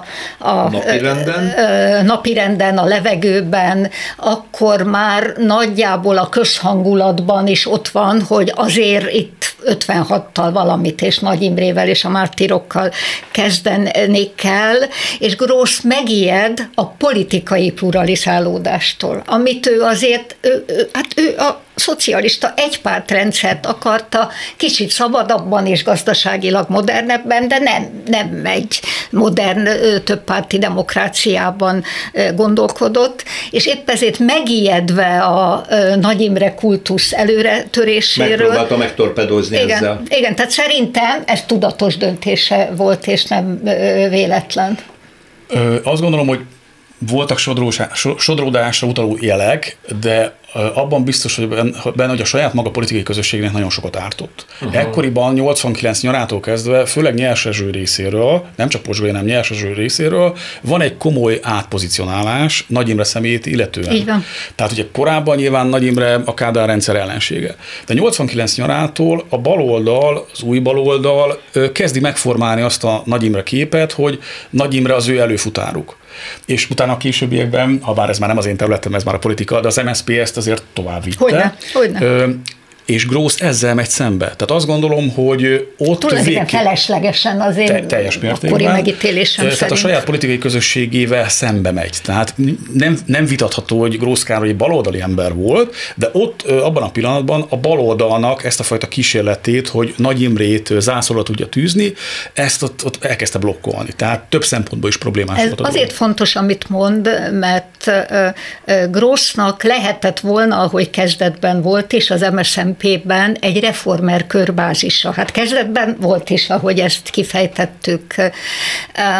napirenden, a levegőben, akkor már nagyjából a közhangulatban is ott van, hogy azért itt 56-tal valamit, és Nagy Imrével és a mártírokkal kezdeni kell, és Grósz megijed a politikai pluralizálódástól, amit ő azért, ő a szocialista egypártrendszert akarta, kicsit szabadabban és gazdaságilag modernebben, de nem egy modern többpárti demokráciában gondolkodott, és épp ezért megijedve a Nagy Imre kultusz előretöréséről. Megpróbálta megtorpedozni ezzel. Igen, tehát szerintem ez tudatos döntése volt, és nem véletlen. Azt gondolom, hogy voltak sodródásra utaló jelek, de abban biztos, hogy benne, hogy a saját maga politikai közösségnek nagyon sokat ártott. Ekkoriban 89 nyarától kezdve, főleg Nyers Erzső részéről, nem csak Pozsgai, hanem Nyers Erzső részéről, van egy komoly átpozicionálás Nagy Imre személyét illetően. Így van. Tehát ugye korábban nyilván Nagy Imre a Kádár rendszer ellensége. De 89 nyarától a baloldal, az új baloldal kezdi megformálni azt a Nagy Imre képet, hogy Nagy Imre az ő előfutáruk. És utána a későbbiekben, ha bár ez már nem az én területem, ez már a politika, de az MSZP ezt azért tovább vitte. Hogyne. És Grósz ezzel megy szembe. Tehát azt gondolom, hogy ott tulajdonképpen feleslegesen az én teljes akkori megítélésem szerint. Tehát a saját politikai közösségével szembe megy. Tehát nem vitatható, hogy Grósz Károly egy baloldali ember volt, de ott abban a pillanatban a baloldalnak ezt a fajta kísérletét, hogy Nagy Imrét zászlóra tudja tűzni, ezt ott elkezdte blokkolni. Tehát több szempontból is problémás volt. Azért fontos, amit mond, mert Grósznak lehetett volna, ahogy kezdetben volt is, az MSZNP-ben egy reformer körbázisa. Hát kezdetben volt is, ahogy ezt kifejtettük.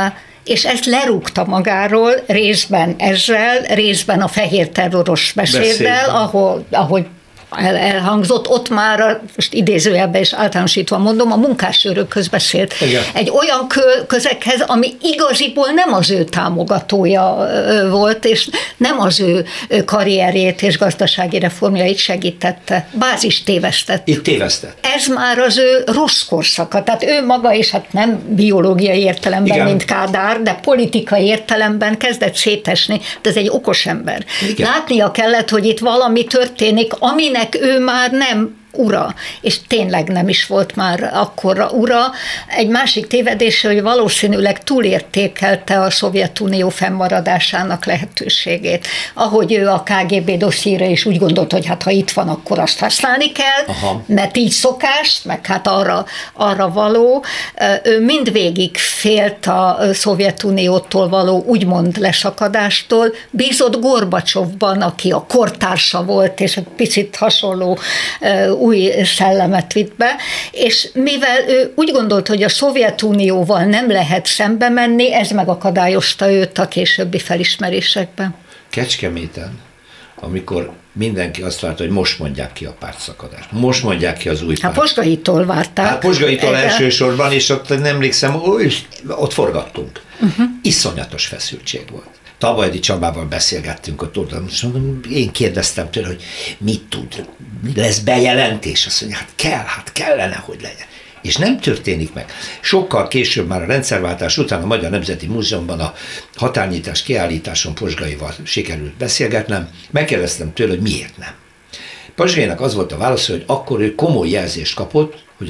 és ezt lerúgta magáról részben ezzel, részben a fehér terroros beszéddel, ahogy elhangzott, ott már, most idézőjelben és általánosítva mondom, a munkásőrökhöz beszélt. Igen. Egy olyan közeghez, ami igaziból nem az ő támogatója volt, és nem az ő karrierjét és gazdasági reformjait segítette. Bázis tévesztett. Itt tévesztett. Ez már az ő rossz korszaka. Tehát ő maga is, hát nem biológiai értelemben, igen, mint Kádár, de politikai értelemben kezdett szétesni. De ez egy okos ember. Igen. Látnia kellett, hogy itt valami történik, aminek ő már nem ura, és tényleg nem is volt már akkora ura. Egy másik tévedés, hogy valószínűleg túlértékelte a Szovjetunió fennmaradásának lehetőségét. Ahogy ő a KGB dossziéra is úgy gondolt, hogy hát ha itt van, akkor azt használni kell, mert így szokás, meg hát arra való. Ő mindvégig félt a Szovjetuniótól való úgymond lesakadástól, bízott Gorbacsovban, aki a kortársa volt, és egy picit hasonló új szellemet vitt be, és mivel ő úgy gondolt, hogy a Szovjetunióval nem lehet szembe menni, ez megakadályozta őt a későbbi felismerésekben. Kecskeméten, amikor mindenki azt várta, hogy most mondják ki a pártszakadást, most mondják ki az új párt. Hát Posgaitól várták. Hát Posgaitól elsősorban, és ott nem emlékszem, ott forgattunk. Iszonyatos feszültség volt. Tabajdi Csabával beszélgettünk ott, most mondom, én kérdeztem tőle, hogy mit tud, lesz bejelentés, azt mondja, hát kellene, hogy legyen. És nem történik meg. Sokkal később, már a rendszerváltás után a Magyar Nemzeti Múzeumban a határnyitás kiállításon Posgaival sikerült beszélgetnem, megkérdeztem tőle, hogy miért nem. Posgainak az volt a válasz, hogy akkor ő komoly jelzést kapott, hogy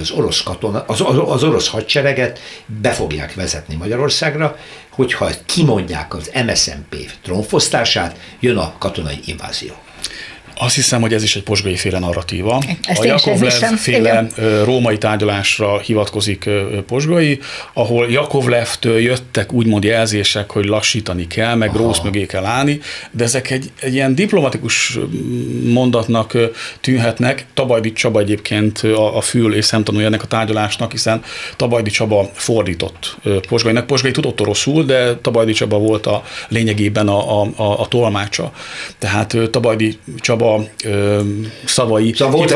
az orosz hadsereget be fogják vezetni Magyarországra, hogyha kimondják az MSZNP trónfosztását, jön a katonai invázió. Azt hiszem, hogy ez is egy Posgai féle narratíva. A Jakovlev féle római tárgyalásra hivatkozik Posgai, ahol Jakovlevtől jöttek úgymond jelzések, hogy lassítani kell, meg Grósz mögé kell állni, de ezek egy ilyen diplomatikus mondatnak tűnhetnek. Tabajdi Csaba egyébként a fül és szemtanúja ennek a tárgyalásnak, hiszen Tabajdi Csaba fordított Posgainak. Posgai tudott oroszul, de Tabajdi Csaba volt a lényegében a tolmácsa. Tehát Tabajdi Csaba szavai.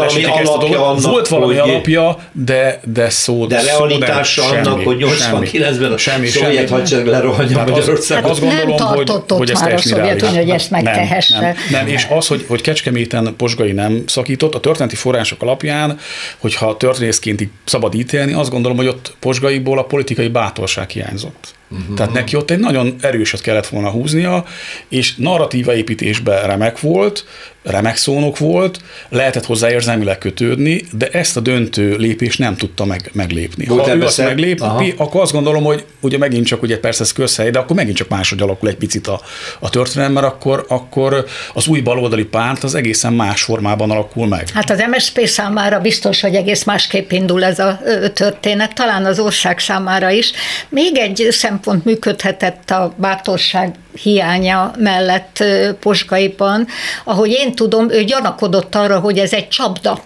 Volt valami alapja, de szó. De realitása annak, hogy 89-ben a szovjet hadsereg lerohanja Magyarországot. Azt gondolom, hogy ezt teljesen irányít. Hogy ezt megtehesse. Nem, és az, hogy Kecskeméten Posgai nem szakított, a történeti források alapján, hogyha történészként így szabad ítélni, azt gondolom, hogy ott Posgaiból a politikai bátorság hiányzott. Tehát neki ott egy nagyon erőset kellett volna húznia, és narratíva építésben remek szónok volt, lehetett hozzá érzelmileg kötődni, de ezt a döntő lépést nem tudta meglépni. Ha ő azt meglépi, akkor azt gondolom, hogy ugye megint csak, ugye persze ez közhely, de akkor megint csak máshogy alakul egy picit a történelem, mert akkor az új baloldali párt az egészen más formában alakul meg. Hát az MSZP számára biztos, hogy egész másképp indul ez a történet, talán az ország számára is. Még egy szempont működhetett a bátorság hiánya mellett Posgaiban. Ahogy én tudom, ő gyanakodott arra, hogy ez egy csapda,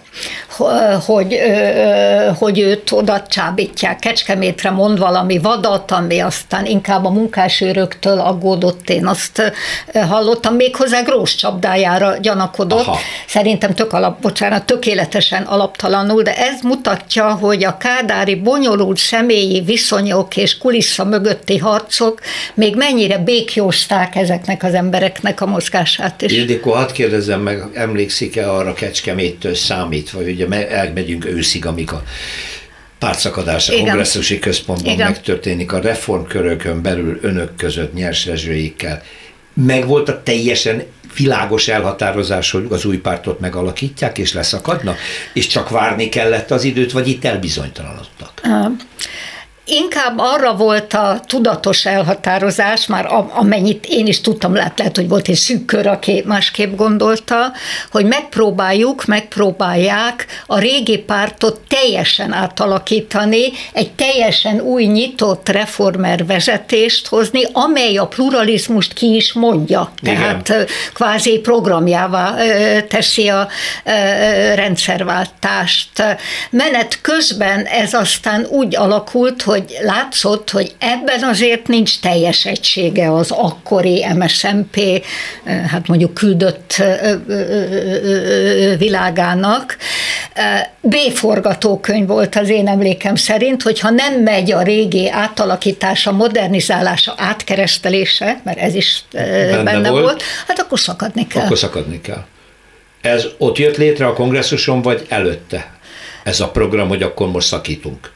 hogy őt oda csábítják. Kecskemétre mond valami vadat, ami aztán inkább a munkásőröktől aggódott, én azt hallottam, méghozzá Grósz csapdájára gyanakodott. Aha. Szerintem tökéletesen alaptalanul, de ez mutatja, hogy a kádári bonyolult személyi viszonyok és kulissza mögötti harcok még mennyire békjózták ezeknek az embereknek a mozgását is. Ildikó, hadd kérdezzem meg, emlékszik-e arra Kecskeméttől számítva, hogy ugye elmegyünk őszig, amíg a pártszakadás a kongresszusi központban megtörténik, a reformkörökön belül önök között Nyers Rezsőikkel. Megvolt a teljesen világos elhatározás, hogy az új pártot megalakítják és leszakadnak, és csak várni kellett az időt, vagy itt elbizonytalanodtak? Inkább arra volt a tudatos elhatározás, már amennyit én is tudtam, lehet, hogy volt egy szűk kör, aki másképp gondolta, hogy megpróbálják a régi pártot teljesen átalakítani, egy teljesen új nyitott reformer vezetést hozni, amely a pluralizmust ki is mondja. Igen. Tehát kvázi programjává teszi a rendszerváltást. Menet közben ez aztán úgy alakult, hogy hogy látszott, hogy ebben azért nincs teljes egysége az akkori MSZNP, hát mondjuk küldött világának. B-forgatókönyv volt az én emlékem szerint, hogyha nem megy a régi átalakítása, modernizálása, átkeresztelése, mert ez is benne volt, hát akkor szakadni kell. Akkor szakadni kell. Ez ott jött létre a kongresszuson, vagy előtte? Ez a program, hogy akkor most szakítunk.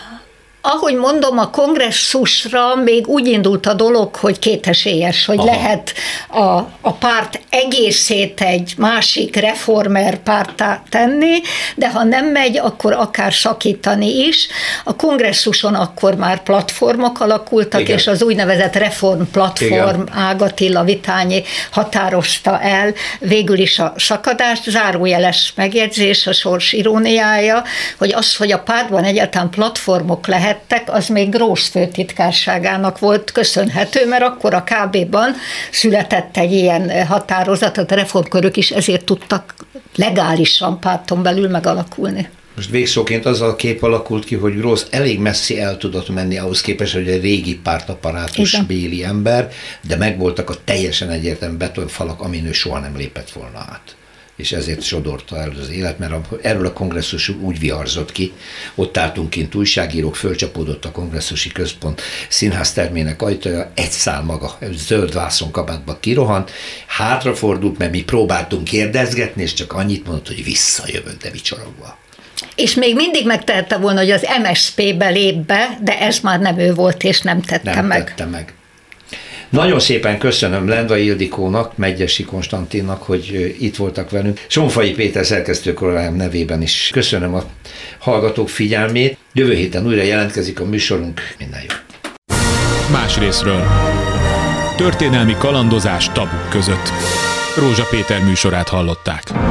Ahogy mondom, a kongresszusra még úgy indult a dolog, hogy kétesélyes, hogy lehet a párt egészét egy másik reformer párttá tenni, de ha nem megy, akkor akár szakítani is. A kongresszuson akkor már platformok alakultak, igen, és az úgynevezett reformplatform Ág Attila Vitányi határozta el végül is a szakadást. Zárójeles megjegyzés, a sors iróniája, hogy az, hogy a pártban egyáltalán platformok lehet, az még Grósz főtitkárságának volt köszönhető, mert akkor a KB-ban született egy ilyen határozat, a reformkörök is ezért tudtak legálisan párton belül megalakulni. Most végszóként az a kép alakult ki, hogy Grósz elég messzi el tudott menni ahhoz képest, hogy egy régi pártaparátus béli ember, de megvoltak a teljesen egyértelmű betonfalak, amin ő soha nem lépett volna át. És ezért sodorta el az élet, mert erről a kongresszus úgy viharzott ki, ott álltunk kint újságírók, fölcsapódott a kongresszusi központ színháztermének ajtaja, egy szál maga, zöld vászonkabátba kirohant, hátrafordult, mert mi próbáltunk kérdezgetni, és csak annyit mondott, hogy visszajövök, de vicsorogva. És még mindig megtehette volna, hogy az MSZP-be lép be, de ez már nem ő volt, és nem tette meg. Nagyon szépen köszönöm Lendvai Ildikónak, Medgyessy Konstantinnak, hogy itt voltak velünk. Sonfai Péter szerkesztőkollégám nevében is köszönöm a hallgatók figyelmét. Jövő héten újra jelentkezik a műsorunk. Minden jó. Más részről. Történelmi kalandozás tabuk között. Rózsa Péter műsorát hallották.